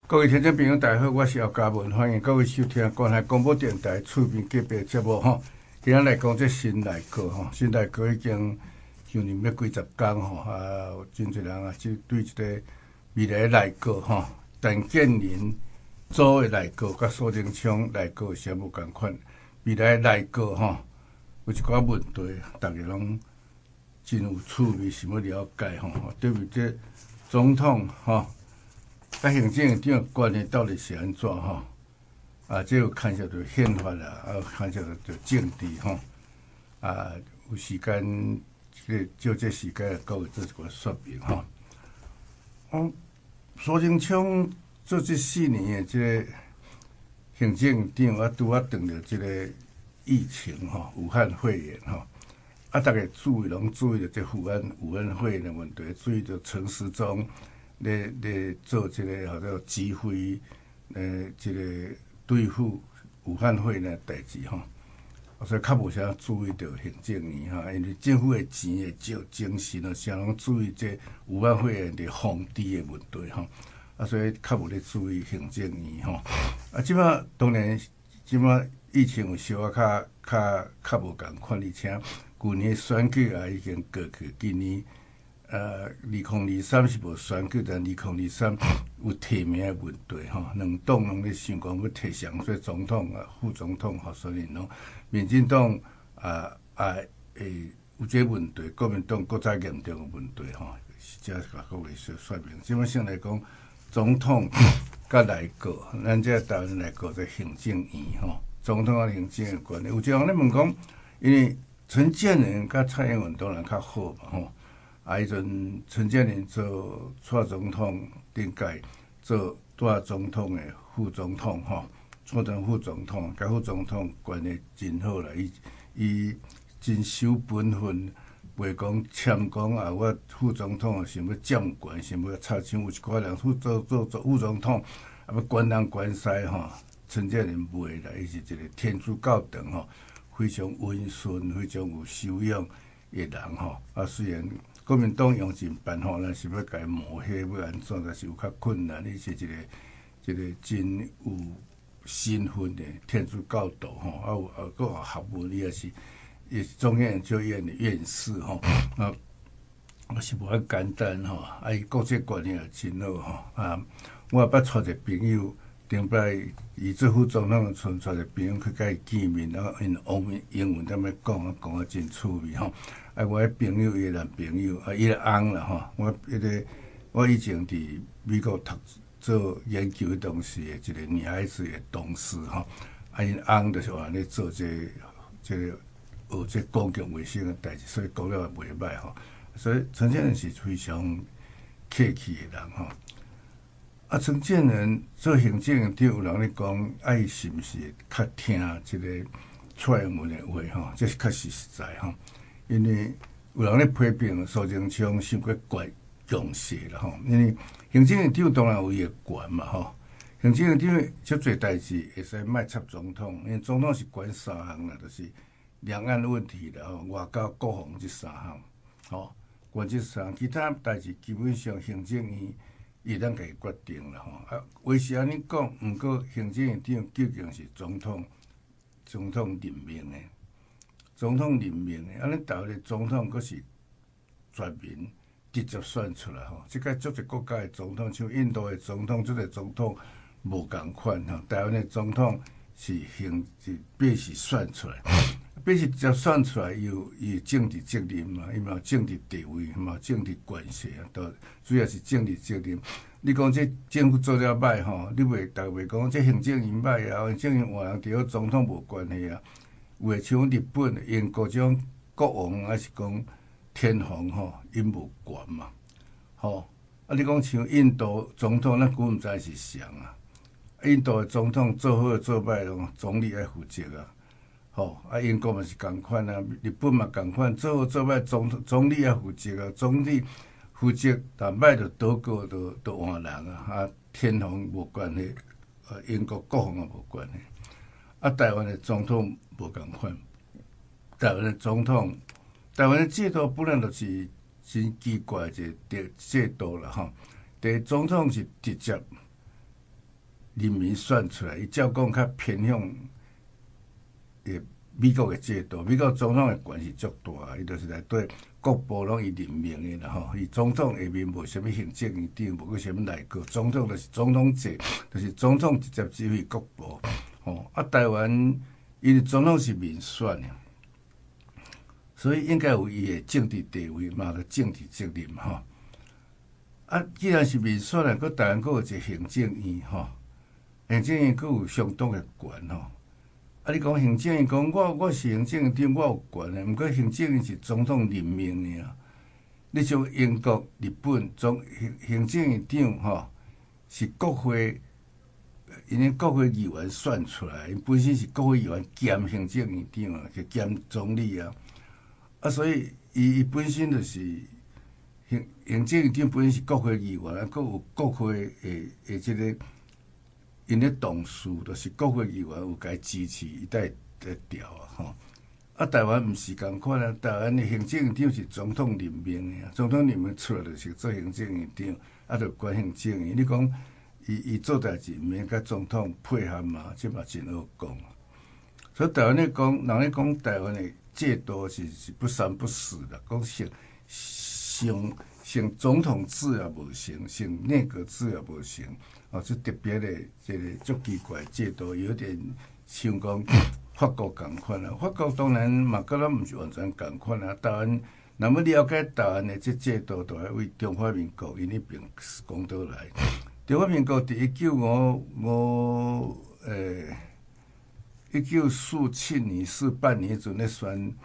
各位听众朋友，大家好，我是姚嘉文，欢迎各位收听关海广播电台厝边隔壁节目吼。今仔来讲这新内阁吼，新内阁已经上任要几十天吼，有真侪人就对这个未来的内阁吼，陈建仁组的内阁甲苏贞昌内阁有啥无共款？未来的内阁吼，有一寡问题，大家拢真有趣味，想要了解吼。对于这总统吼。甲行政院长关系到底是安怎吼？这有牵涉到宪法啦，牵涉到政治吼。有时间就这时间来各位做一个说明吼。苏贞昌做这4年的这个行政院长，拄碰到这个疫情吼，武汉肺炎吼。大家拢注意到这武汉肺炎的问题，注意到陈时中。咧做这个或者指挥，这个对付武汉肺炎的代志吼，所以较无啥注意到行政院哈，因为政府的钱会少，精神啥拢注意这武汉肺炎的防治的问题吼，所以较无咧注意行政院吼。即摆当然，即摆疫情有小较无共款，而且去年选举也已经过去，今年。2023是无选举，但2023有提名的问题吼，两党拢咧想讲要提上做总统副总统候选人咯。民进党有这问题，国民党更加严重的问题吼，这甲各位说明。基本上来讲，总统甲内阁，咱这台湾内阁在行政院吼，总统甲行政院关系。有一个人咧问讲，因为陈建仁甲蔡英文当然较好嘛吼。迄阵陈建仁做蔡总统顶届做大总统的副总统吼，做成副总统，甲副总统关系真好啦。伊真守本分，袂讲签讲我副总统想要占权，想要插枪。有一寡人做副总统，要管人管西吼。陈建仁袂啦，伊是一个天主教堂吼，非常温顺、非常有修养的人吼。虽然。国民党用尽办法，咱是要甲伊抹黑，要安怎，但是有较困难。伊是一个真有身份的天主教徒吼，有学问，伊也是中央研究院的院士吼。是无遐简单吼，伊国际关系也真好吼。我也捌带一个朋友，顶摆伊做副总统的时阵，带一个朋友去甲伊见面，然后因英文在那讲啊真趣味吼。我迄朋友，伊个男朋友，伊个翁啦吼，我以前伫美国做研究的东西的一个女孩子的同事吼，因翁就是话咧做这个学这公共卫生的代志，所以讲了也袂歹吼。所以陈建仁是非常客气的人吼。陈建仁做行政院长，有人咧讲，伊是毋是较听这个蔡英文的话吼？这是确实实在吼。因为有人咧批评苏贞昌伤过强势啦吼，因为行政院长当然有伊个权嘛吼，行政院长足侪代志会使莫插总统，因为总统是管3项啦，就是两岸问题啦吼，外交、国防这3项吼，管这3项，其他代志基本上行政院伊当家己决定啦吼。话是安尼讲，毋过行政院长究竟是总统任命的。总统任命的，咱台湾的总统阁是全民直接选出来吼。即个足侪国家的总统，像印度的总统，足侪总统无共款吼。台湾的总统是必是选出来，必是直接选出来，伊政治责任嘛，伊嘛有政治地位，嘛有政治关系啊，都主要是政治责任。你讲这政府做了歹吼，你大家袂讲这行政院歹啊，行政院换人对总统无关系啊。有诶像日本、英国这种国王，还是讲天皇吼，因无权嘛，吼。你讲像印度总统，咱估毋知是谁啊。印度诶总统做好做歹，总理爱负责啊，吼。英国嘛是共款啊，日本嘛共款，做好做歹总理爱负责啊，总理负责，但歹就倒戈就换人啊，天皇无关系，英国国防也无关系。台湾的总统无共款，台湾的总统，台湾的制度本来就是真奇怪一个制度啦吼。第总统是直接人民选出来，伊照讲较偏向美国的制度。美国总统的权是足大，伊就是内底各部拢伊任命的啦吼。伊总统下面无啥物行政院长，无个啥物内阁，总统就是总统制，就是总统直接指挥各部。吼，台湾因为总统是民选的，所以应该有伊的政治地位嘛，个政治责任吼。既然是民选的，台湾佫有一个行政院吼，行政院佫有相当的权吼。你讲行政院讲我是行政院长，我有权的，毋过行政院是总统任命尔。你像英国、日本行政院长吼，是国会，因为国会议员选出来，因本身是国会议员兼行政院长啊，就兼总理啊。所以伊本身就是行政院长本身是国会议员，佫有国会的即个。因咧同事就是国会议员有甲伊支持，伊才会调啊吼。台湾毋是共款啊，台湾的行政院长是总统任命的，总统任命出来就是做行政院长，就管行政院。你讲伊做代志毋免甲总统配合嘛，这嘛真好讲。所以台湾咧讲，人咧讲台湾的制度是不三不四啦，讲成总统制也无成内阁制也无成。这特别的这个足奇怪制度，有点像讲法国共款啊。法国当然嘛，跟咱毋是完全共款啊。台湾若要了解台湾的这制度，就要为中华民国因迄边讲倒来。中华民国伫1947年48年阵咧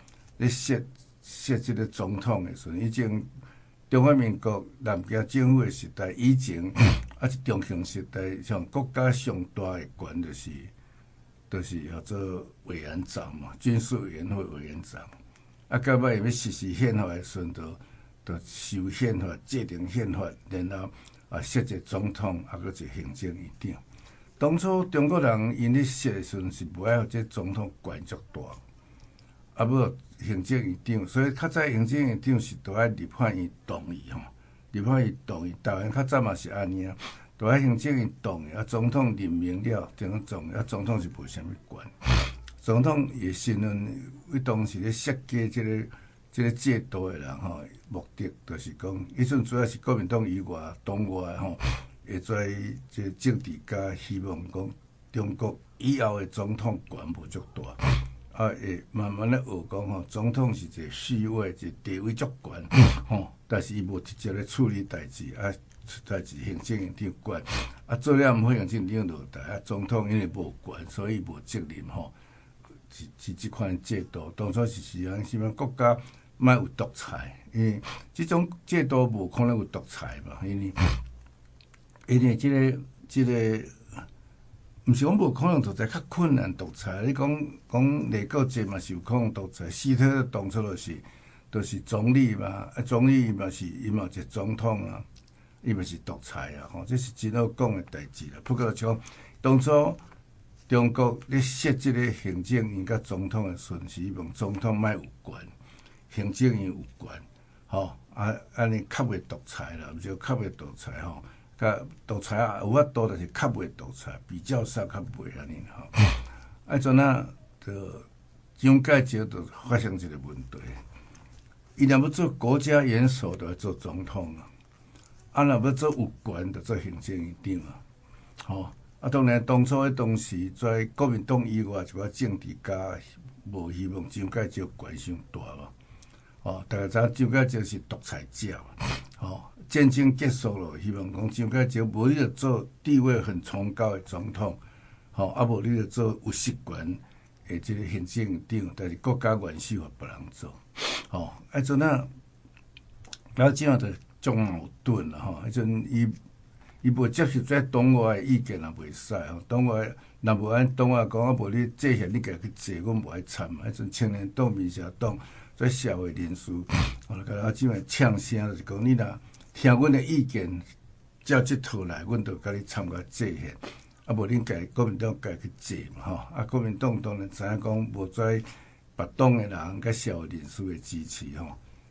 设这个总统的时阵，已经中华民国南京政府的时代以前。中共时代像国家上大的官就是叫做委员长嘛，军事委员会委员长。到尾要实施宪法的时阵，就修宪法、制定宪法，然后设一个总统，搁一个行政院长。当初中国人因咧设的时阵是无爱有这总统权足大，无行政院长，所以较早行政院长是都爱立法院同意吼。立法院同意，台湾较早嘛是安尼啊，都爱行政院同意，总统任命了，等总总统是无啥物权。总统也信任，为当时咧设计这个制度的人吼，目的就是讲，迄阵主要是国民党以外、党外吼，会做这政治家希望讲，中国以后的总统权无足大，会慢慢咧学讲吼，总统是一个虚位，一个地位足悬吼。但是伊无直接咧处理代志，代志行政院长管，做了毋好行政院长落台，总统因为无权，所以无责任吼。是即款制度，当初是希望国家莫有独裁，因为即种制度无可能有独裁嘛，因为即个，毋是讲无可能独裁，较困难独裁。你讲内阁制嘛是有可能独裁，希特勒当初就是总理嘛，总理伊嘛有一个总统啊，伊嘛是独裁啊，吼，这是真好讲的代志啦。不过像当初中国咧设即个行政院甲总统的顺序，希望总统莫有权，行政院有权，吼，安尼较袂独裁啦，毋是较袂独裁吼，甲独裁有法度，就是较袂独裁，比较少较袂安尼吼。阵就蒋介石就发生一个问题。伊若要做国家元首，就要做总统啊；若要做有权，就做行政院长啊。吼，当然当初当时在国民党以外一寡政治家，无希望蒋介石权伤大嘛。哦，大家知蒋介石是独裁者嘛。哦，战争结束了，希望讲蒋介石无你就做地位很崇高的总统，吼，无你就做有实权的即个行政院长，但是国家元首也别人做。吼，阵老蒋就足矛盾啦吼，阵伊无接受这党外的意见也袂使吼，党外若无按党外讲，无你制限你家去坐，阮无爱参嘛。阵青年党、民社党做社会人士，甲老蒋的呛声就是讲，你若听阮的意见，照即套来，阮就甲你参加制限。无恁家国民党家去坐嘛吼，国民党当然知影讲无在。别党的人甲社会人士的支持吼，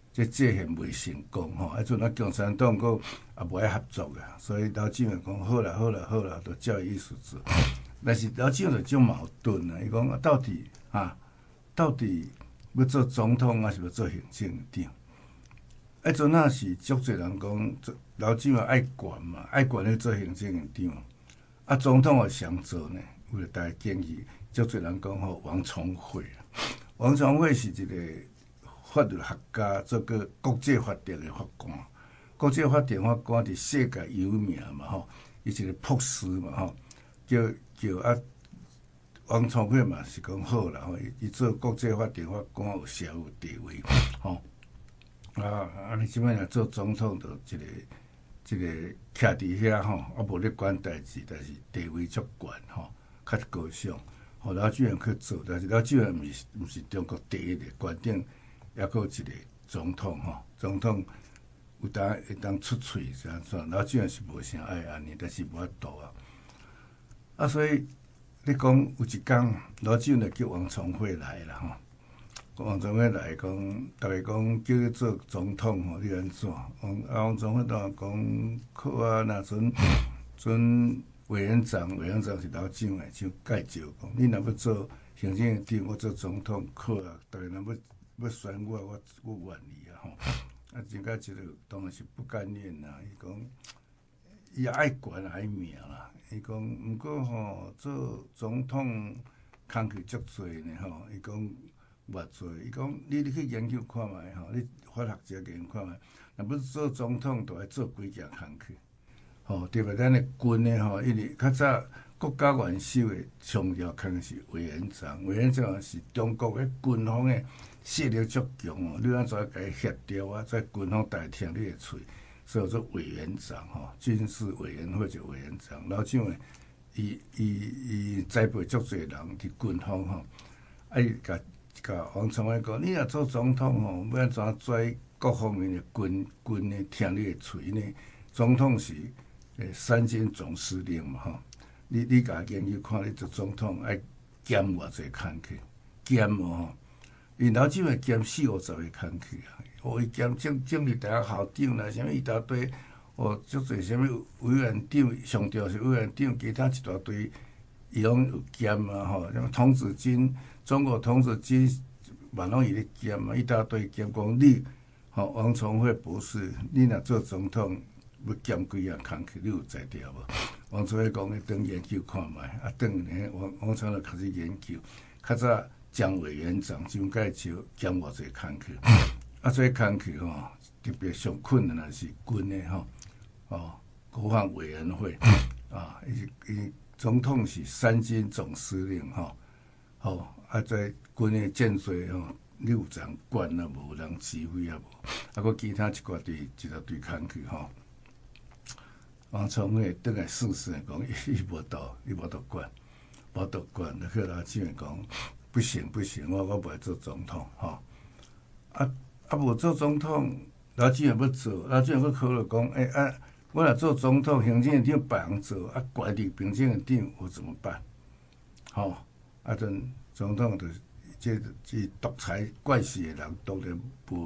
这界限未成功吼，迄阵共产党佫也无爱合作啊，所以老蒋就讲好啦好啦好啦，就照伊意思做。但是老蒋就种矛盾啊，伊讲到底要做总统还是要做行政长？迄阵啊是足侪人讲，老蒋也爱管嘛，爱管去做行政长。啊，总统也想做呢，为了大家建议，足侪人讲吼王崇惠啊，王崇惠是一个法律学家，做个国际法庭的法官。国际法庭法官伫世界有名嘛吼，伊一个博士嘛吼，叫王崇惠嘛是讲好啦吼，伊做国际法庭法官有社会地位吼。你即摆若做总统，就一个徛伫遐吼，无咧管代志，但是地位足悬吼，较高尚。吼，老蒋去做，但是老蒋毋是中国第一个官顶，还佫有一个总统吼，总统有会当出喙是安怎？老蒋是无啥爱安尼，但是无法度啊。所以你讲有一天，老蒋就叫王崇惠来啦吼。王崇惠来讲，大家讲叫你做总统吼，你安怎？王崇惠当然讲好啊，若阵委员长是老蒋的，就介绍讲，你若要做行政长，我做总统好啊。大家若要选我愿意啊吼。真甲即个当然是不甘愿啦。伊讲伊也爱管爱命啦。伊讲毋过吼，做总统工课足多呢吼。伊讲偌多，伊讲你去研究看觅吼，你法学者研究看觅，若要做总统，就要做几件工课。吼，对吧？咱的军的吼，因为较早国家元首的上条工是委员长，委员长是中国的军方的势力足强哦。你安怎甲伊协调啊？在军方代听你的喙，所以做委员长吼，军事委员会就委员长。老蒋的伊栽培足侪人伫军方吼，伊甲王崇惠讲，你若做总统吼，要安怎拽各方面的军的听你的喙呢？总统是三军总司令嘛吼，你甲研究看，你做总统爱兼偌济工课，兼吼，因老蒋会兼40-50个工课啊，伊兼政治大学校长啦，啥物一大堆，足济啥物委员长，上调是委员长，其他一大堆，伊拢有兼啊吼，什么童子军，中国童子军嘛拢伊咧兼啊，一大堆兼讲你吼，王崇惠博士，你若做总统。要兼几样工课，你有才调无？王崇惠讲，你等研究看觅，等呢，王崇惠开始研究。较早蒋委员长就介绍兼偌济工课，所以工课吼，特别上困难的是军的吼，国防委员会伊总统是三军总司令在军的建设吼，你有人管啊无？人指挥啊无？佫其他一大堆工课吼。王崇惠倒来试试讲，伊无度管，无度管。就去老蒋讲，不行，我袂做总统吼。无做总统，老蒋要做，老蒋要考虑讲，我若做总统，行政长别人做，管理行政长我怎么办？吼，阵总统就是这独裁怪事的人，当然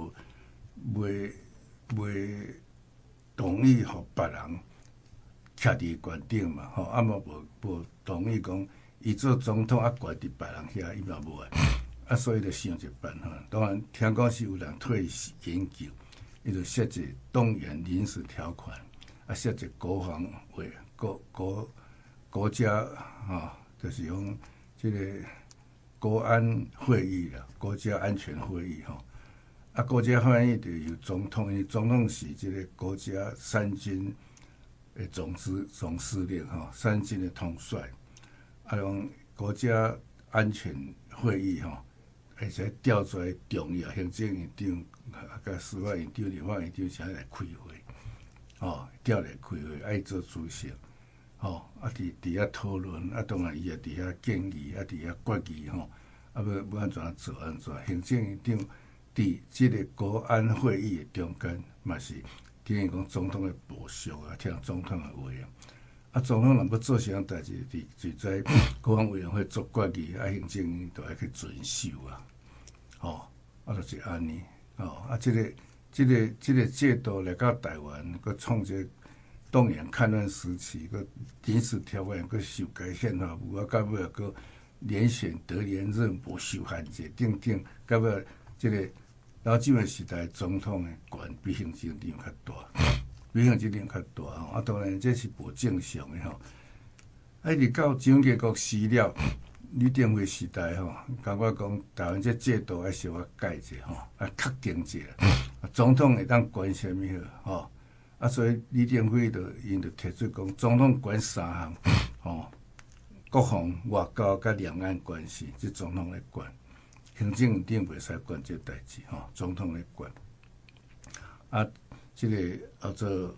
袂同意互别人。徛伫官顶嘛，吼，无同意讲，伊做总统管伫别人遐，伊嘛无爱，所以就想一办法。当然，听讲是有人退研究，伊就设置动员临时条款，设置国防委国家就是讲这个国安会议啦，国家安全会议吼，国家会议就由总统，因为总统是这个国家三军。总司令三军的统帅，用国家安全会议而且调出来重要行政院长、甲司法院长、立法院长才来开会，调来开会，爱做主席，伫遐讨论，当然伊也伫遐建议，伫遐决议要安怎做安怎，行政院长伫即个国安会议的中间嘛是。等于讲总统的部属听总统的话总统若要做啥代志，就在国防委员会做决议，行政院都要去遵守就是安尼，即个这个制度来到台湾，佮创一个动员戡乱时期，佮临时条款，佮修改宪法部，啊，到尾佮连选得连任无受限制，等等，到尾这个老蒋的时代，总统的权比行政长较大，比行政长较大吼。啊，当然这是无正常的吼。啊，直到蒋介国死了，李登辉时代吼，感觉讲台湾这制度要小可改者吼，啊，确定者，总统会当管什么吼？啊，所以李登辉因就提出讲，总统管3项吼，国防、外交甲两岸关系，这总统来管。行政院长袂使管这代志吼，总统来管。啊，这个叫做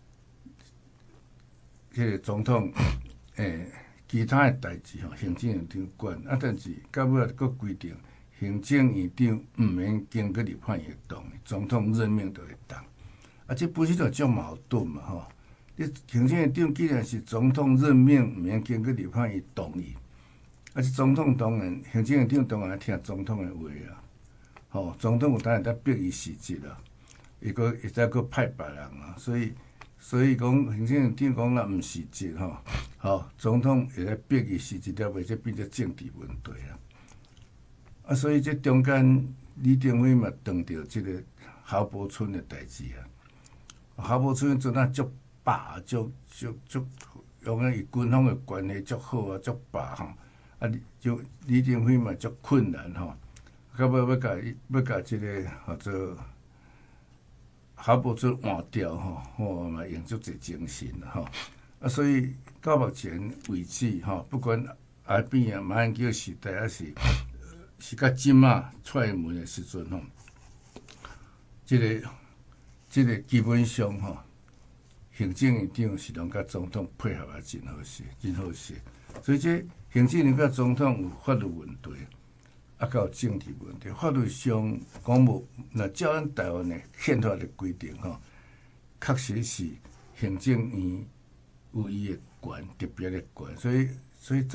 这个总统其他的代志吼，行政院长管。啊，但是到尾佫规定，行政院长毋免经过立法院同意，总统任命就会当。啊，这本身就足矛盾嘛吼。你行政院长既然是总统任命，毋免经过立法院同意。啊，这总统当然，行政院长当然听总统的话啊。吼，总统有当然得逼伊辞职啊，伊个会再佫派别人啊。所以讲，行政院长讲若毋辞职吼，总统会来逼伊辞职了，袂则变做政治问题啊。啊，所以这中间李登辉嘛碰到这个郝柏村的代志啊。郝柏村阵啊足霸，足用个伊军方的关系足好啊，足霸吼。啊，就李登辉嘛足困难吼，到尾要甲这个或者郝柏村换掉吼，嘛用足侪精神吼。啊，所以到目前为止吼，不管阿扁啊、马英九时代，还是到即马蔡英文的时阵吼，这个基本上吼，行政院长是拢甲总统配合啊，真好势，真好势。所以这行政院甲总统有法律问题，啊，甲有政治问题。法律上讲无，那照咱台湾的宪法的规定吼，确实是行政院有伊的权，特别的权。所以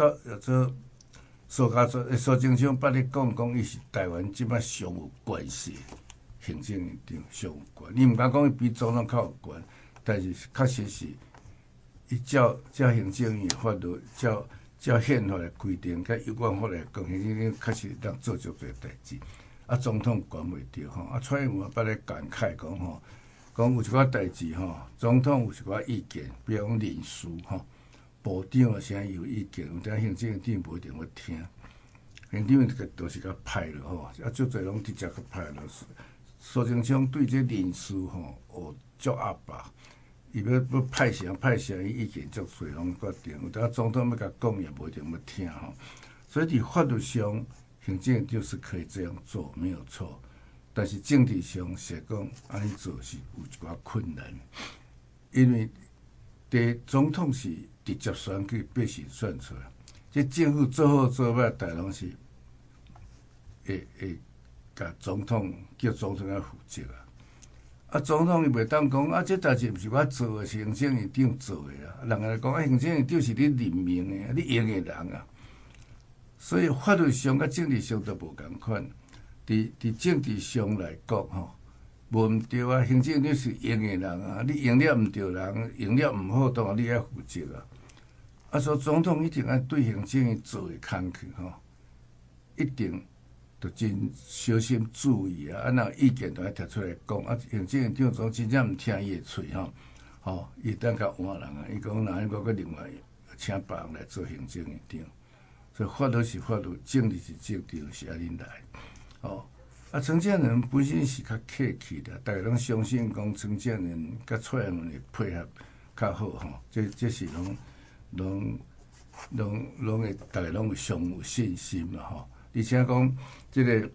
苏贞昌捌咧讲伊是台湾即摆上有权势行政院长上有权。你毋敢讲伊比总统较有权，但是确实是。伊照行政院法律，照宪法的规定，甲有关法来讲，行政院确实当做足侪代志。啊，总统管袂着吼。啊，蔡英文捌咧感慨讲吼，讲有一寡代志吼，总统有一寡意见，比如讲人事吼，部长啊啥有意见，有当行政院长无一定要听，行政院就是甲派了吼。啊，足侪拢直接甲派了。苏贞昌对这人事吼，足压吧。伊要派啥，伊意见足侪拢决定。有当总统要甲讲，也无一定要听吼。所以伫法律上，行政院就是可以这样做，没有错。但是政治上是讲安尼做是有一寡困难，因为总统是直接选举百姓选出来，这政府做好做歹，大拢是会甲总统叫总统来负责啊。啊，总统伊袂当讲啊，这代志毋是我做的，是行政院长做的啊。人来讲啊，行政院长是你任命的，你用的人啊。所以法律上甲政治上都无共款。伫政治上来讲吼，无毋对啊，行政院是用的人啊，你用了毋对人，用了毋好，当然你要负责啊。啊，所以总统一定要对行政院做的工去吼，一定。就真小心注意啊！啊，若有意见就要提出来讲。啊，行政院长总真正毋听伊的喙吼，伊当甲换人啊。伊讲若安尼，我搁另外请别人来做行政院长。所以法律是法律，政治是政治，是安尼来。啊，陈建仁本身是较客气的，大家拢相信讲陈建仁甲蔡英文的配合较好吼。这是拢会，大家拢有上有信心啦吼。而且讲，这个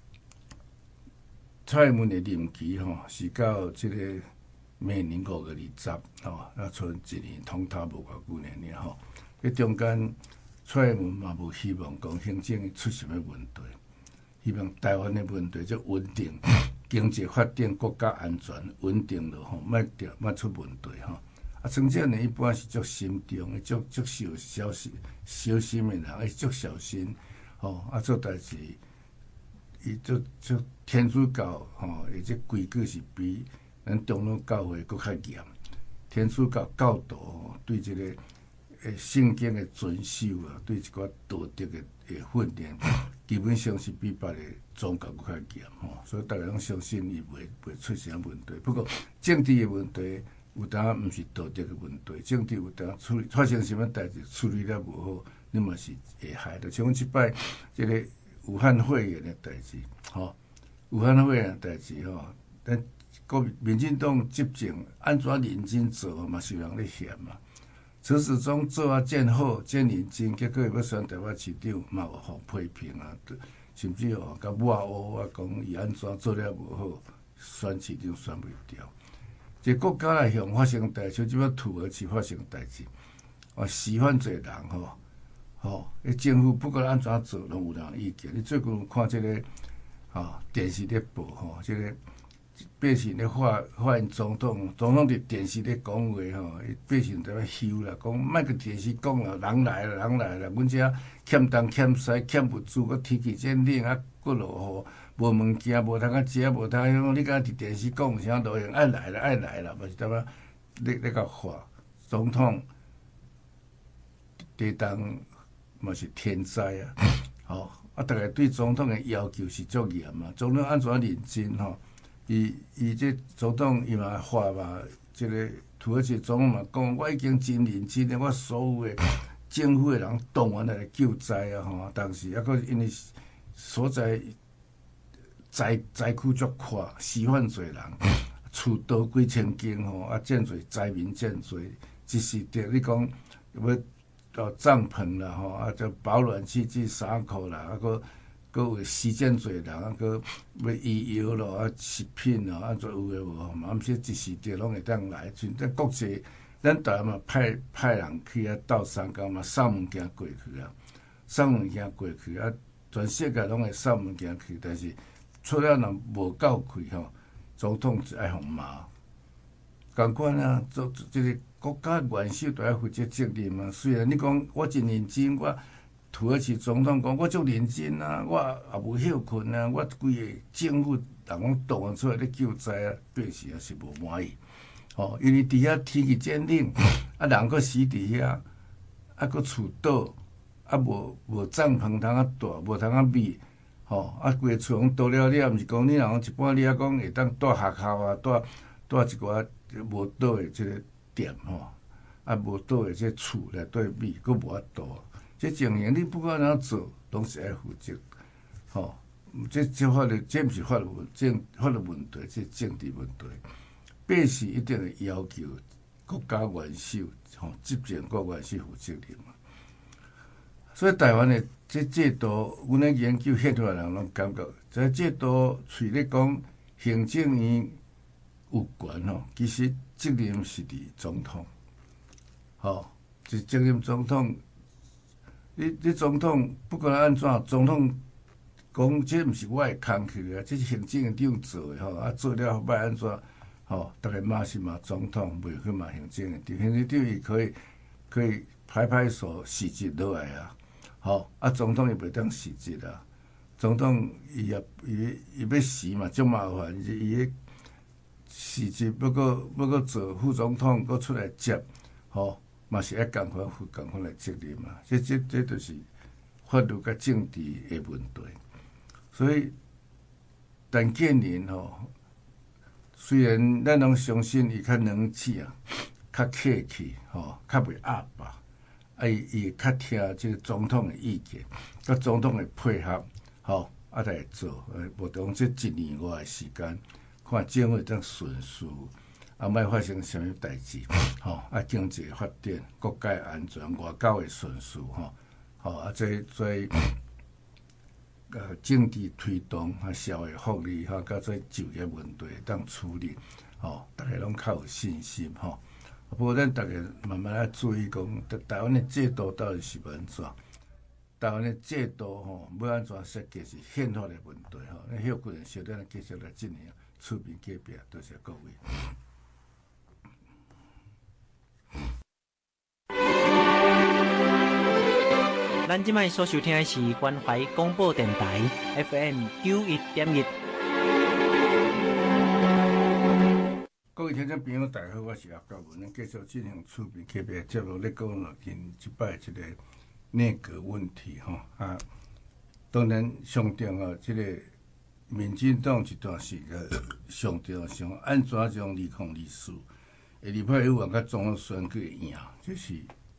蔡英文的任期吼，是到这个明年5月20吼，啊，剩一年，通头无偌久年吼。迄中间，蔡英文嘛无希望讲行政院出什么问题，希望台湾的问题就稳定，经济发展、国家安全稳定了吼，莫出问题吼。啊，陈建仁一般是足慎重的，足小心的人，足小心。啊，做代志伊就天主教伊这规矩是比咱长老教会搁较严。天主教教导对这个圣经的遵守啊，对一寡道德的训练，基本上是比别的宗教搁较严所以大家拢相信伊袂出啥问题。不过政治的问题有当毋是道德的问题，政治有当发生什么代志处理了无好，你嘛是会害的。像即摆这个武汉肺炎的代志，武汉肺炎的代志咱民进党执政安怎认真做嘛，是有人咧嫌嘛。陈时中做真好真认真，结果要选台北市长嘛有互批评啊，甚至甲抹黑啊，讲伊安怎做了无好，选市长选袂掉。一个国家来向发生代志，像即摆土耳其发生代志，死犯侪人政府不管安怎做，拢有人意见。你最近有看这个电视咧报这个百姓咧发现总统伫电视咧讲话百姓在遐羞啦，讲莫去电视讲啦，人来啦，阮遮欠东欠西欠物资，搁天气真冷啊，搁落雨，无物件，无通食，无通你敢伫电视讲有啥路用？爱来啦，嘛是点啊？咧甲发总统地动嘛是天灾啊！大家对总统的要求是足严嘛，总统安怎认真伊这总统伊嘛发嘛，这个土耳其总统嘛讲，我已经真认真的，我所有的政府的人动员来救灾当时还佫因为所在灾区足阔，死犯侪人，厝倒几千间真侪灾民真侪，一时着你讲要帐篷啦就保暖器具衫裤啦，佫有死真侪人，佫要医药咯食品咯做有诶无嘛，毋是一时着拢会当来。像咱国际，咱台湾嘛派人去斗相共嘛，送物件过去送物件过去全世界拢会送物件去，但是出了人无够开总统就爱互骂。共款做这个国家元首都要负责责任嘛。虽然你讲我真认真，我土耳其总统讲我足认真我也无休困我规个政府人拢动员出来咧救灾百姓也是无满意。因为伫遐天气真冷，人佫死伫遐，佫厝倒，无帐篷通住，无通觅。规个厝拢倒了，毋是讲你若讲一般你讲会当住学校住一寡无倒的即个店无倒的即个厝内底觅，佫无法度。这情形你不管怎做，拢是爱负责。这法律，这毋是法律问题，这政治问题。百姓一定会要求国家元首执政国元首负责任嘛。所以台湾的这制度，阮咧研究宪法的人拢感觉，这制度除咧讲行政院有权其实责任是伫总统。是责任总统。你总统不管安怎，总统讲这毋是我的工去这是行政院长做的做了歹安怎大家骂是骂总统，袂去骂行政院长。行政长伊可以拍手辞职落来总统伊袂当辞职总统伊要辞嘛，足麻烦。伊个辞职要搁做副总统，搁出来接嘛是爱共款负共款的责任嘛。这就是法律甲政治的问题。所以陈建仁虽然咱拢相信伊较软气较客气较袂压吧，伊会较听即个总统的意见，甲总统的配合来做。无讲这1年外的时间，看政府会当顺序。莫发生什么代志经济发展、国家安全、外交的顺序这政治推动社会福利甲这就业问题当处理大家拢较有信心不过咱大家慢慢来注意讲，台湾的制度到底是要安怎？台湾的制度要安怎设计是宪法的问题咱休困小等继续来进行出面解释，多谢各位。 咱即摆所收听的是关怀广播电台 FM 91.1。 各位听众朋友，大家好，我是叶教文，咱继续进行厝边特别节目，咧讲了近即摆即个内阁问题吼啊。当然，上重要即个民进党一段时间上重要想安怎将利空利数，立法委员甲总统选举会赢，这是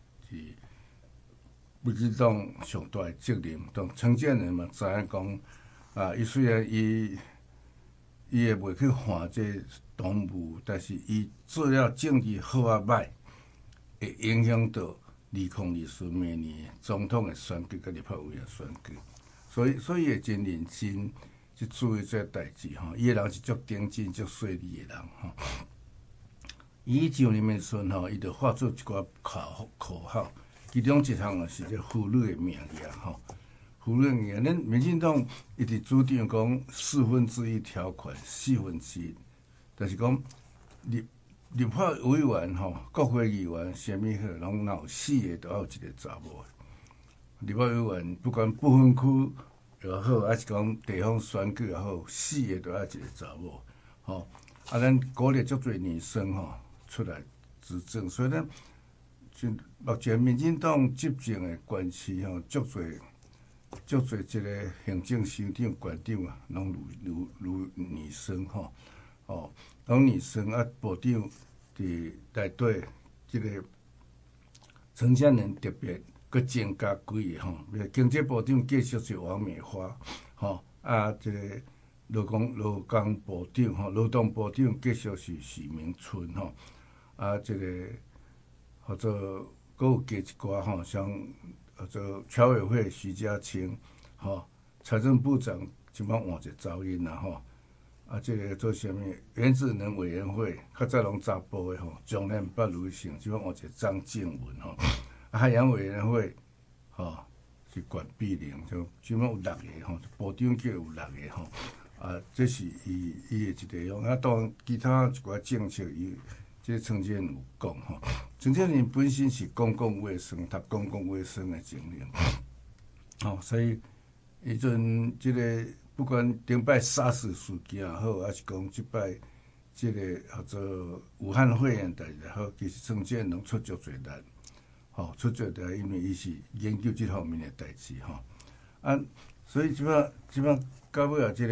民进党上大的责任。当陈建仁嘛知影讲啊，伊虽然伊会袂去犯这党务，但是伊做了政治好啊歹，会影响到2024明年总统的选举甲立法委员选举。所以会真认真去注意这代志吼。伊个人是足顶真、足细腻的人吼。伊上任的时阵吼，伊就发出一寡口号，其中一项就是这妇女的名额吼。妇女的名额，咱民进党一直主张讲1/4条款1/4，但是讲立法委员吼、国会议员啥物好，拢有4个都要有一个查某。立法委员不管不分区也好，还是讲地方选举也好，4个都要一个查某。吼，啊，咱鼓励足侪女生吼出来执政，所以咱目前民进党执政的关系吼，足侪即个行政首长、县长啊，拢如女生吼，拢女生啊，部长伫内底即个陈建仁特别。佮增加几个吼，经济部长继续是王美花，吼啊，这个劳工部长吼，劳动部长继续是许明春吼，啊，这个或者佮有加一寡吼，像或者侨委会徐家清，吼，财政部长即摆换一个噪音啦吼，啊，这个做啥物原子能委员会，较早拢查甫的吼，从来不女性，即摆换一个张静文吼。海洋委员会，是管碧玲，就基本有6个吼，部长叫有6个吼，啊，这是伊的一个样。啊，当然其他一寡政策，伊这陈建仁有讲吼，陈建仁本身是公共卫生，读公共卫生的经验，所以伊阵这个不管顶摆SARS事件也好，还是讲即摆这个或者武汉肺炎代志也好，其实陈建仁出足侪力。出做的，因为伊是研究这方面的代志啊，所以即摆到尾啊，这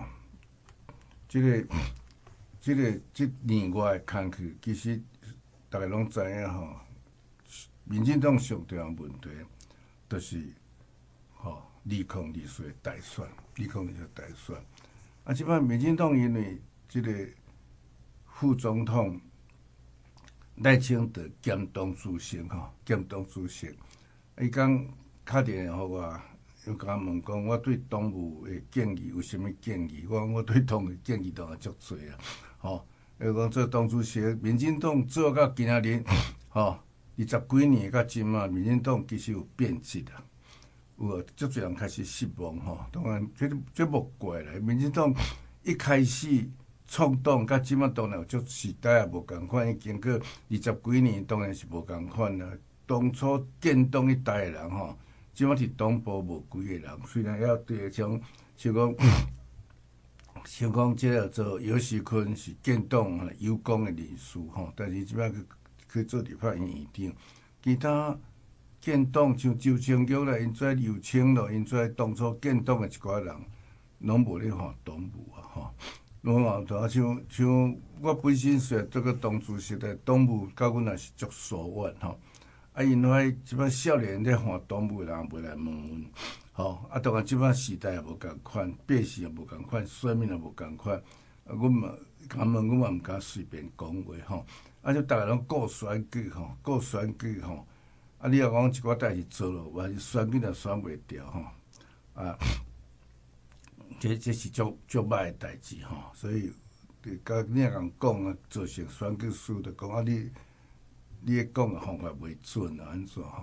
年外的工去，其实大家拢知影民进党上重要问题，就是2024的大选，啊，即摆民进党因为这个副总统。赖清德兼党主席伊讲打电话互我，又甲我问讲，我对党务的建议有啥物建议？我对党的建议当然足多啊，又讲做党主席，民进党做到今仔日20几年到今嘛，民进党其实有变质啊，有足侪人开始失望当然这无怪啦，民进党一开始。创党甲即摆当然有足时代也无共款，已经过20几年，当然是无共款啦。当初建党一代的人即摆伫党部无几个人，虽然还对像即个做尤锡坤是建党有功的人士但是即摆去做立法院院长，其他建党像周清玉啦，因跩刘清咯，因跩当初建党的一寡人，拢无咧犯党务啊拢像我本身虽然做个党主席的党务，甲阮也是足疏远啊，因迄即摆少年咧犯党务的人袂来问阮啊，当然即摆时代也无共款，百姓也无共款，选民也无共款，啊，阮嘛敢问，阮嘛毋敢随便讲话啊，就逐个拢顾选举啊，你若讲一寡代志做咯，还是选举也选袂掉啊。这是足歹的代志所以甲你若共讲啊，造成选举输就讲啊，你咧讲的方法袂准啊，安怎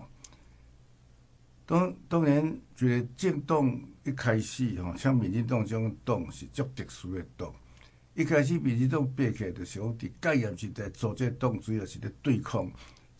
当然，一个政党一开始像民进党这种党是足特殊的党。一开始民进党爬起来就是讲，伫戒严时代做这党主要是咧对抗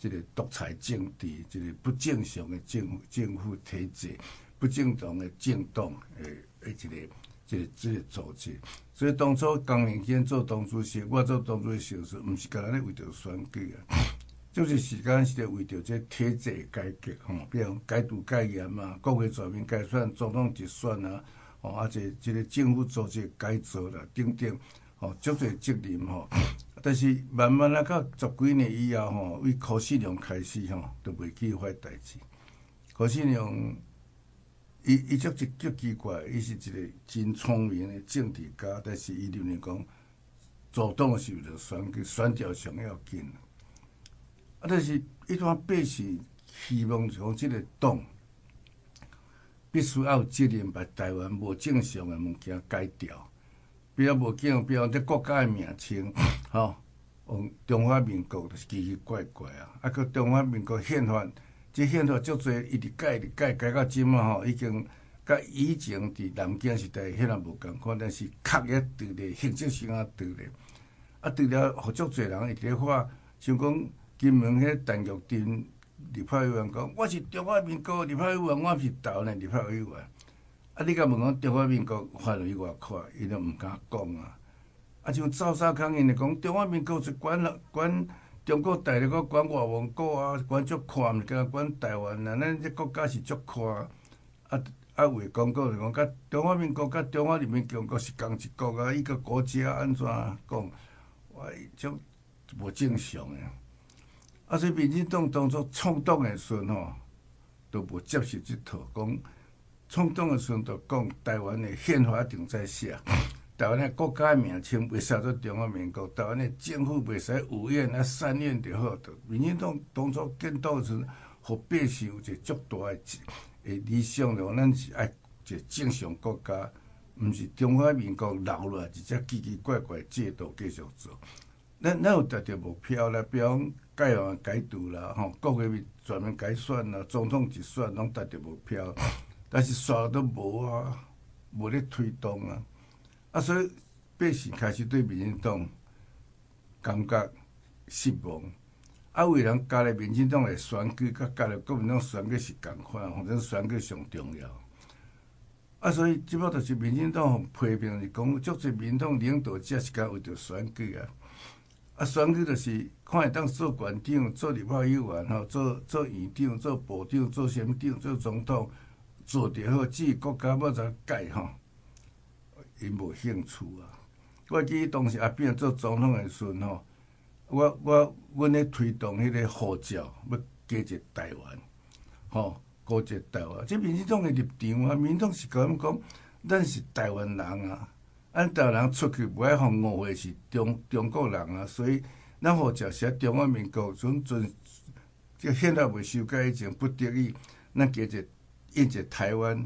这个独裁政治，一个不正常的政府体制，不正常的政党的一个组织。所以当初江明贤做党主席，我做党主席时，毋是干那咧为着选举啊，就是时间是为着这体制改革比如改督改严啊，国会全面改选，总统直选啊，这个政府组织改造啦，等等，足侪责任但是慢慢到十几年以后为柯信良开始都袂记迄代志。柯信良伊足奇怪，伊是一个真聪明的政治家，但是伊认为讲主党是为了选举，选票上要紧。但是一般百姓希望讲这个党必须要有责任，把台湾无正常的物件改掉。比如无见，比如这国家的名称，用中华民国就是奇奇怪怪啊！个中华民国宪法，这宪法足侪一直改到今已经甲以前伫南京时代迄无共款，但是确也对咧，形式上也对咧。对了，互足侪人一直咧发，像讲金门迄陈玉珍立法委员讲，我是中华民国立法委员，我是台湾的立法委员。你甲问讲中华民国法律偌快，伊都毋敢讲啊！像赵少康因讲中华民国是管中国大陆，个管外蒙古啊，管足宽，毋是管台湾啊。咱这国家是足宽为讲就讲，甲中华民国甲中华人民共和国是同一国啊！伊个国家安怎讲？种无正常诶。所以民进党当初创党诶时阵都无接受即套讲。创党的时阵，就讲台湾的宪法一定在写，台湾的国家名称袂使做中华民国，台湾的政府袂使有院善院就好。民进党当初建党的时阵，互百姓有一个足大的理想，就咱是爱一个正常国家，毋是中华民国留落来一只奇奇怪怪的制度继续做。咱有达到目标啦，比如改行改制啦，国会全面改选啦，总统直选拢达到目标。但是啥都无啊，无咧推动啊，所以百姓开始对民进党感觉失望。有个人加入民进党的选举，甲加入国民党选举是共款，反正选举上重要。所以即摆就是民进党批评是讲，足侪民进党领导者是甲为着选举选举就是看会当做县长、做立法委员做院长、做部长、做什么长、做总统。做得好，至于国家要怎改因无兴趣啊。我记当时阿扁做总统的时阵阮咧推动迄个号召，要加一台湾，高一台湾。这民进党的立场啊，民进党是讲，咱是台湾人啊，台湾人出去不爱互误会是中国人啊，所以咱号召写中华民国，这宪法未修改以前，不得已，咱加印一台湾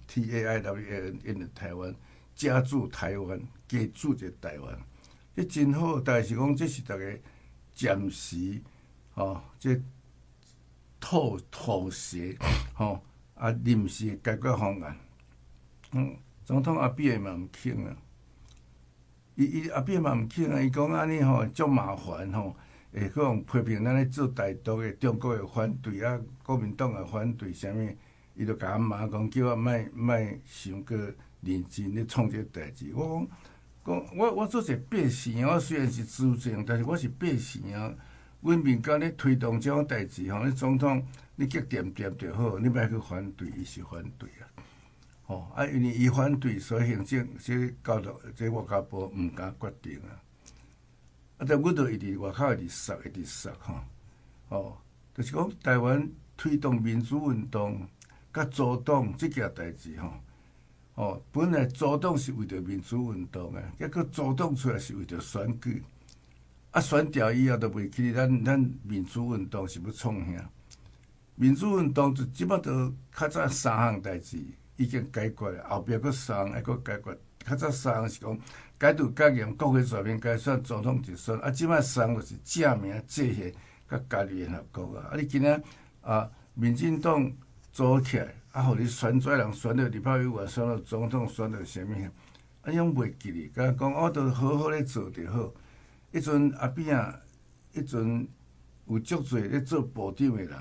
，TAIWAN 印的台湾，加注台湾，加注一台湾，这真好。但是讲这是大家暂时，这妥协，临时解决方案。总统阿扁嘛毋肯啊，伊阿扁嘛毋肯啊，伊讲安尼足麻烦会去用批评咱咧做台独的中国的反对国民党的反对啥物。伊就甲我骂讲，叫我莫想过认真咧创这代志。我讲我做者百姓我虽然是资政，但是我是百姓啊。阮民间咧推动这种代志你总统你激点就好，你莫去反对，伊是反对啊。因为伊反对，所以行政这交通这外交部毋敢决定但阮就一直外口一直杀就是讲台湾推动民主运动。甲组党即件代志本来组党是为着民主运动结果组党出来是为着选举，选掉以后都袂记咱民主运动是要创啥？民主运动就即摆都较早3项代志已经解决了，后壁佫3项还佫解决。较早3项是讲改督改严、国会全面改选、总统直选，即摆3项就是正名制宪甲加入联合国你今仔民进党。组起来，互你选出人选到立法委员，选到总统，选到啥物种袂记哩。甲讲都好好咧做就好。迄阵阿扁迄阵有足侪咧做部长的人，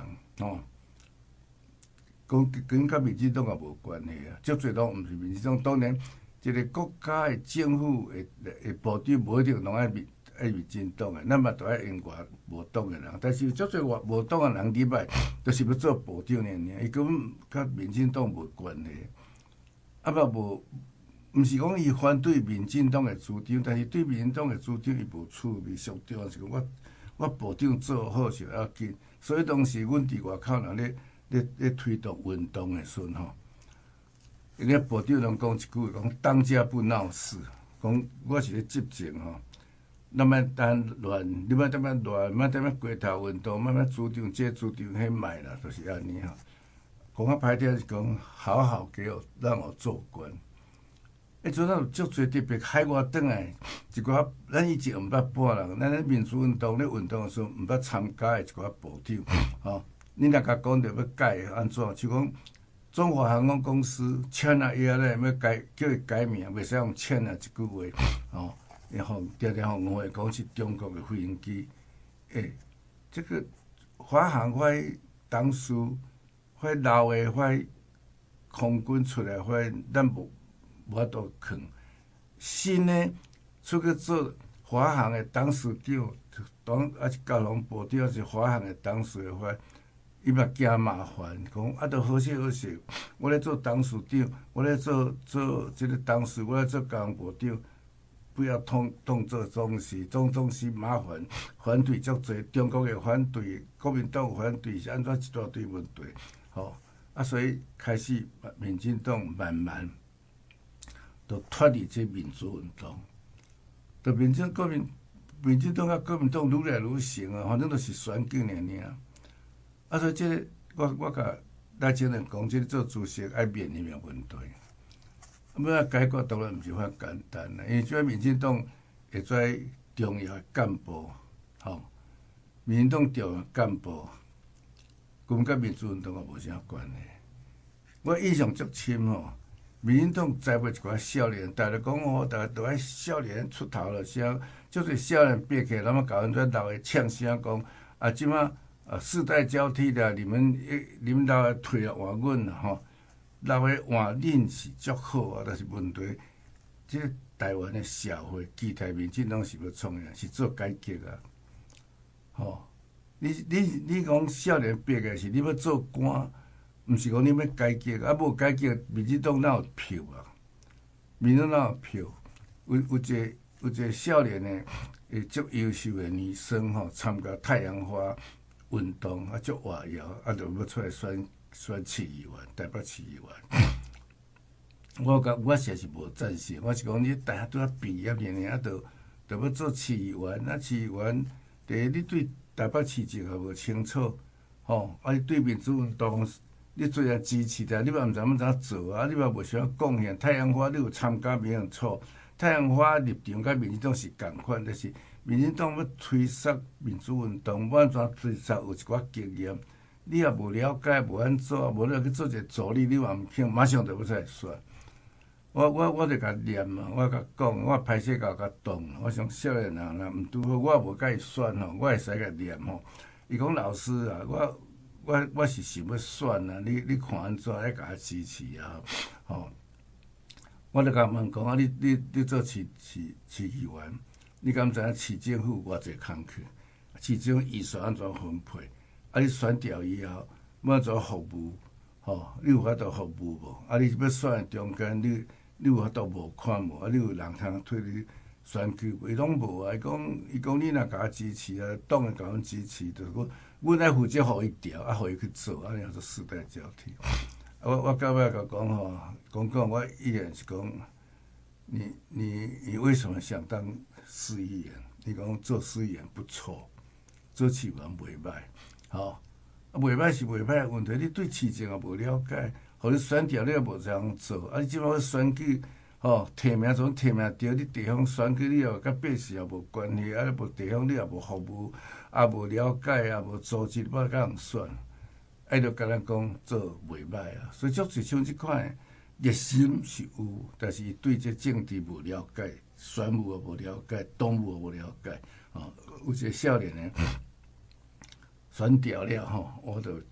跟甲民进党也无关系啊，足侪拢毋是民进党。当然，一个国家的政府的部长无一定拢爱民进党的，咱嘛都爱用无党的人。但是足侪无党的人入来，就是要做部长尔，伊根本甲民进党无关系。啊嘛无，毋是讲伊反对民进党的主张，但是对民进党的主张伊无趣味。上重要是讲我部长做好是要紧，所以当时阮伫外口人咧推动运动的时阵吼，因咧部长拢讲一句讲当家不闹事，讲我是咧执政吼，咱莫单乱，你莫单乱，莫单街头运动，莫主张这主张迄卖啦，就是安尼吼。讲较歹点是讲好好给我让我做官。迄阵有足侪特别海外转来一寡，咱以前毋捌半人，咱咧民主运动咧运动的时候毋捌参加的一寡部长，吼，你若甲讲着要改安怎？像讲中华航空公司签啊以后咧，要改叫伊改名，袂使用签啊一句话，吼，然后常常互误会讲是中国的飞行机，这个华航迄当时，迄老的迄空军出来，咱无法度囥。新的出去做华航的董事长，是交通部长是华航的董事的伊嘛惊麻烦，讲都好势好势，我咧做董事长，我咧做即个董事，我咧做交通部长，不要动作总是麻烦，反对足侪，中国嘅反对，国民党反对，是安怎一大堆问题，吼所以开始民进党慢慢都脱离这民主运动，就民进党甲国民党愈来愈成啊，反正都是选举尔。所以这个我甲赖清德讲，这做主席爱面临的问题。要解决当然毋是遐简单啦，因为这民进党会在重要的干部，民进党重要干部，根本甲民主运动也无啥关系。我印象足深民进党栽培一寡少年，大家讲大家都爱少年出头了，啥就是少年爬起来，那么搞阮这老的呛声讲即马世代交替了，你们老的退来换阮啦老的换恁是足好但是问题，这个台湾的社会期待民进党是要创啥？是做改革你讲少年爬起来是你要做官，毋是讲你要改革无改革，民进党哪有票啊？民进党哪有票？有一个少年的足优秀的女生参加太阳花运动足活跃就要出来选市议员，台北市议员。我实在是无赞成，我是讲你大学拄啊毕业尔就要做市议员，市议员第一你对台北市政也无清楚，你对民主运动你做下支持的，你嘛毋知要怎做你嘛无啥贡献。太阳花你有参加没用错，太阳花立场甲民进党是共款，但是民进党要推杀民主运动，要安怎推杀有一寡经验，你也无了解，无安怎，无你去做一个助理，你嘛毋肯，马上就要出来选。我就甲念我甲讲，我歹势甲动，我想少年人若毋拄好，我也无甲伊选我会使甲念伊讲老师啊，我是想要选你看安怎来甲我支持我就甲问讲你做市议员，你敢知影市政府偌济工课？市政府预算安怎分配？你选调以后要安怎服务？你有法度服务无？你要选的中间你有法度无看无？你有人通替你选举无？伊拢无伊讲你若甲我支持党会甲阮支持，就是讲阮爱负责互伊调，互伊去做，安尼叫做世代交替。我到尾甲讲，我依然是讲，你为什么想当市议员？你讲做市议员不错，做市议员袂歹，袂歹是袂歹的问题。你对市政也无了解，互你选调你也无怎样做。你即摆选举，提名总提名着，你地方选举你又甲百姓也无关系，你无地方你也无服务，也无了解，也无组织，要甲人选。就甲咱讲做袂歹所以足是像即款热心是有，但是伊对这政治无了解，选务也无了解，党务也无了解。有一个少年选调了吼，我就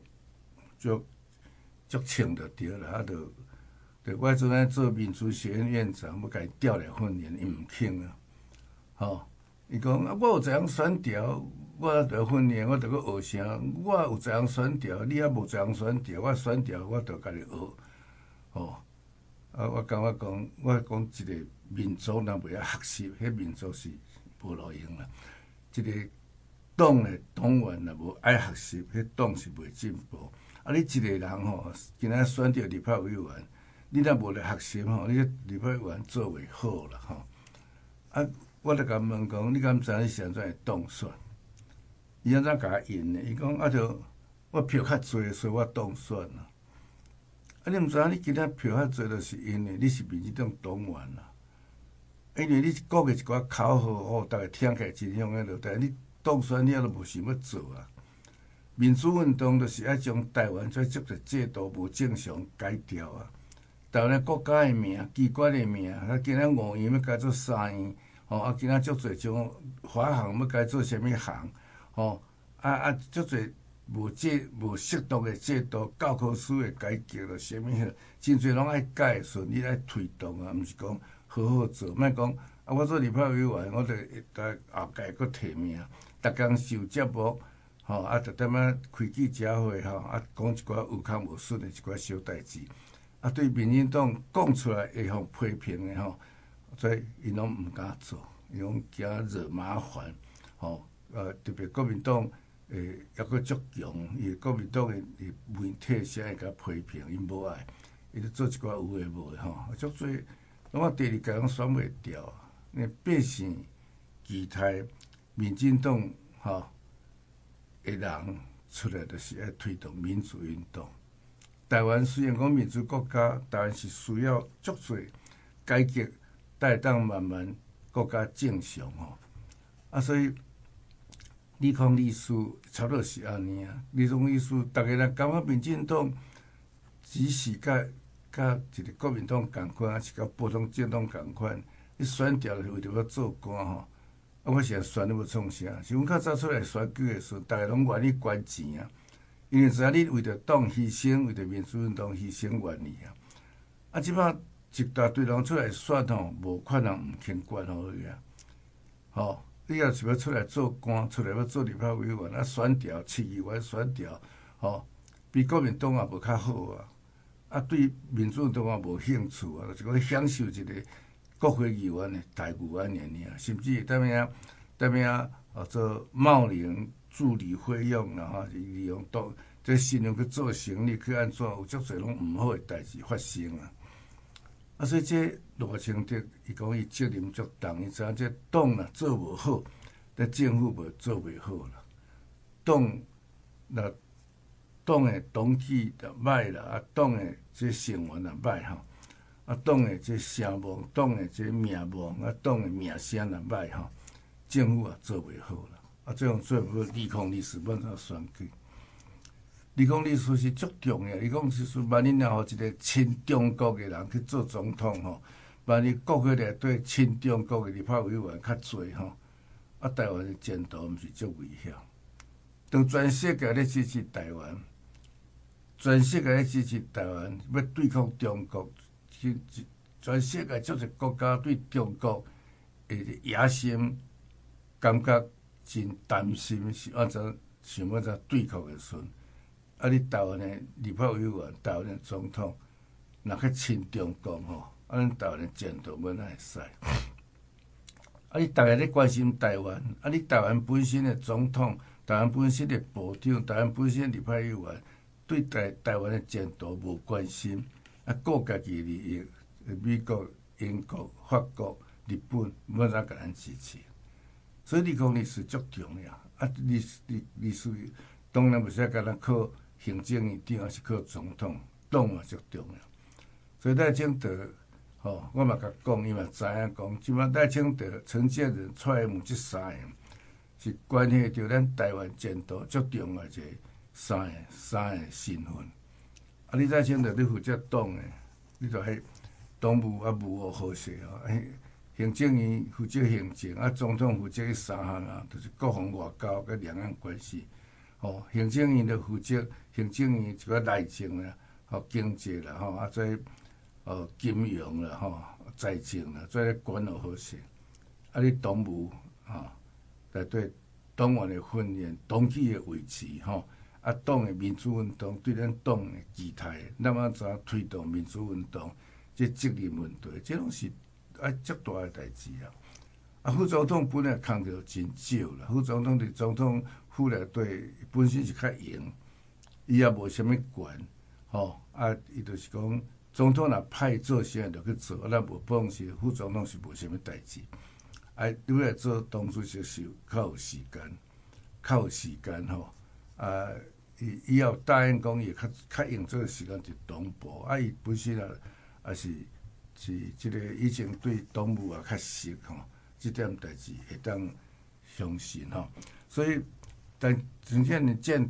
足清就对啦，就我迄阵咧做民主学院院长，要甲伊调来训练，伊毋肯啊，吼。伊讲啊，我有一项选调，我着训练，我着去学啥？我有一项选调，你还无一项选调，我选调我着家己学，吼。啊，我感觉讲，我讲一个民族若袂晓学习，迄民族是无路用啦。一个党的党员若无爱学习，迄党是袂进步。啊，你一个人吼，今仔选着立法委员，你若无来学习吼，你立法委员做袂好啦吼。啊，我著甲问讲，你敢知影你是安怎会当选？伊安怎甲我应呢？伊讲啊，着我票较侪，所以我当选啦。啊，你毋知影你今仔票较侪，就是因为你是民进党党员啦。因为你讲个一寡口号哦，逐个听起来真响个落，但你当选你也都无想要做啊。民主运动就是爱将台湾这足个制度无正常改掉啊！台湾国家的名、机关的名，啊，今仔5院要改做3院，吼，啊，今仔足侪种华航要改做啥物航，吼，足侪无适当的制度，教科书的改革咯，啥物迄，真侪拢爱改，顺利来推动啊，毋是讲好好做，莫讲啊！我做立法委员，我着后届佫提名，逐工受节目。吼，啊，逐点仔开记者会吼，啊，讲一寡有空无顺的一寡小代志，啊，对民进党讲出来会互批评的吼，所以伊拢毋敢做，伊拢惊惹麻烦，吼，特别国民党抑佫足强，伊国民党的媒体啥会甲批评，伊无爱，伊就做一寡有诶无诶吼，足侪，我第二届拢选袂掉，因为百姓期待民进党吼。的人出来就是要推动民主运动。台湾虽然讲民主国家，台湾是需要足侪改革，才当慢慢国家正常吼。啊，所以李康律师差不多是安尼啊。李康律师，逐个人感觉民进党只是甲一个国民党共款，还是甲普通政党共款，你选调是为着要做官吼。啊，我现在选你要创啥？是阮较早出来选举的时阵，逐个拢愿意捐钱啊，因为知影你为着党牺牲，为着民主运动牺牲愿意啊。啊，即摆一大堆人出来选吼，无可能毋肯捐互伊啊。吼，你若是要出来做官，出来要做立法委员，啊，选调市议员选调，吼，比国民党也无较好啊。啊，对民主运动也无兴趣啊，就是讲享受一个。国会议员的待遇安尼尔，甚至踮遐做冒领助理费用啦，吼，利用这信用去做生意去安怎，有足侪拢毋好的代志发生啊！啊，所以这罗清德伊讲伊责任足重，伊知影这党若做无好，这政府无做袂好啦。党的党纪就歹啦，啊，党的这成员也歹吼。啊，党的这声望，党的这名望，啊，党的名声也歹吼，政府也做袂好啦。啊，这样做不李康律师要怎选举？李康律师是足重要。李康律师万一若互一个亲中国的人去做总统吼，万一国会内底亲中国的立法委员较侪吼，啊，台湾的前途毋是足危险。当全世界咧支持台湾，全世界咧支持台湾，要对抗中国。全世界足侪国家对中国的野心感觉真担心，是安怎想要怎对抗的时阵，啊！你台湾的立法委员、台湾的总统，若去亲中国吼，啊！咱台湾的前途要哪会使？啊！你逐个咧关心台湾，啊！你台湾本身的总统、台湾本身的部长、台湾本身的立法委员，对台湾的前途无关心。啊，顾家己利益，美国、英国、法国、日本，要怎甲咱支持？所以李康律师足重要。啊，律师当然袂使甲咱靠行政院长，还是靠总统，党嘛足重要。所以赖清德，吼，我嘛甲讲，伊嘛知影讲，即摆赖清德、陈建仁、蔡英文这3个是关系到咱台湾前途足重要一个3个身份。啊！你赖清德你负责党诶，你著迄党务啊务务好势吼。行政院负责行政，啊总统负责迄3项啊，就是国防外交甲两岸关系。 行政院的负责，行政院一个内政啦，经济啦，再金融啦，财政啦，再管好好势。你党务内底党员的训练、党纪的维持，党的民主运动对咱党的期待，咱怎推动民主运动，这责任问题，这拢是足大的代志啊。副总统本来空着真少啦，副总统伫总统府内底本身是较闲，伊也无啥物权，伊就是讲总统若派做啥就去做，咱无帮是副总统是无啥物代志。你来做党主席是较有时间伊也有答应讲伊较用这个时间伫党部，伊本身也是即个以前对党务较熟即点代志会当相信所以但真正见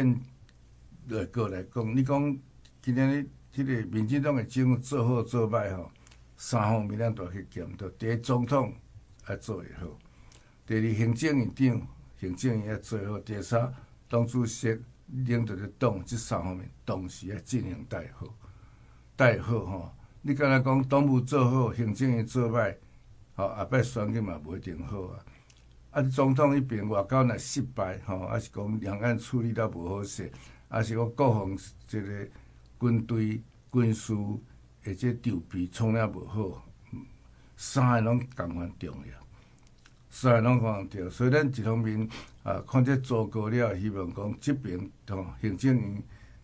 来讲，你讲今日即个民进党的政府做好做歹三方面咱都要去检讨。第一，总统要做会好；第二，行政院长、行政院要做好；第三，党主席领导的党，这三方面同时要进行带好你敢若讲党务做好，行政院做歹，后摆选举嘛无一定好总统迄边外交若失败还是讲两岸处理得无好势，还是讲国防这个军队军事或者筹备创了无好，三个拢同款重要，所以咱一方面看这糟糕了，希望讲这边行政院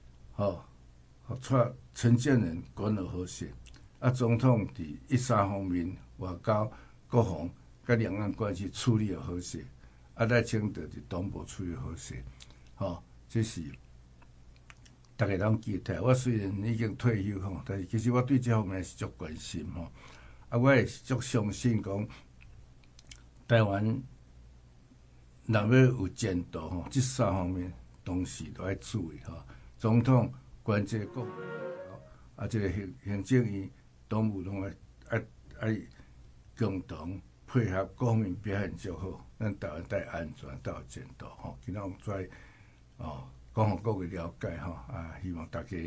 带陈建仁管好好势，总统伫三方面外交、国防甲两岸关系处理好势，赖清德伫党部处理好势，这是大家拢期待。我虽然已经退休但是其实我对这方面是足关心我也是足相信讲台湾若要有前途这三方面同时都要注意总统、关键国这个行政院、党务拢要共同配合，各方面表现就好，咱台湾带安全、带有前途今仔有跩讲互各位了解希望大家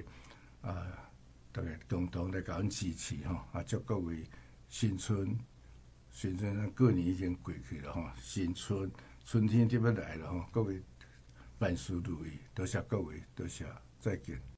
共同来甲阮支持祝各位新春咱过年已经过去了新春天就要来了各位万事如意，多谢各位，多谢，再见。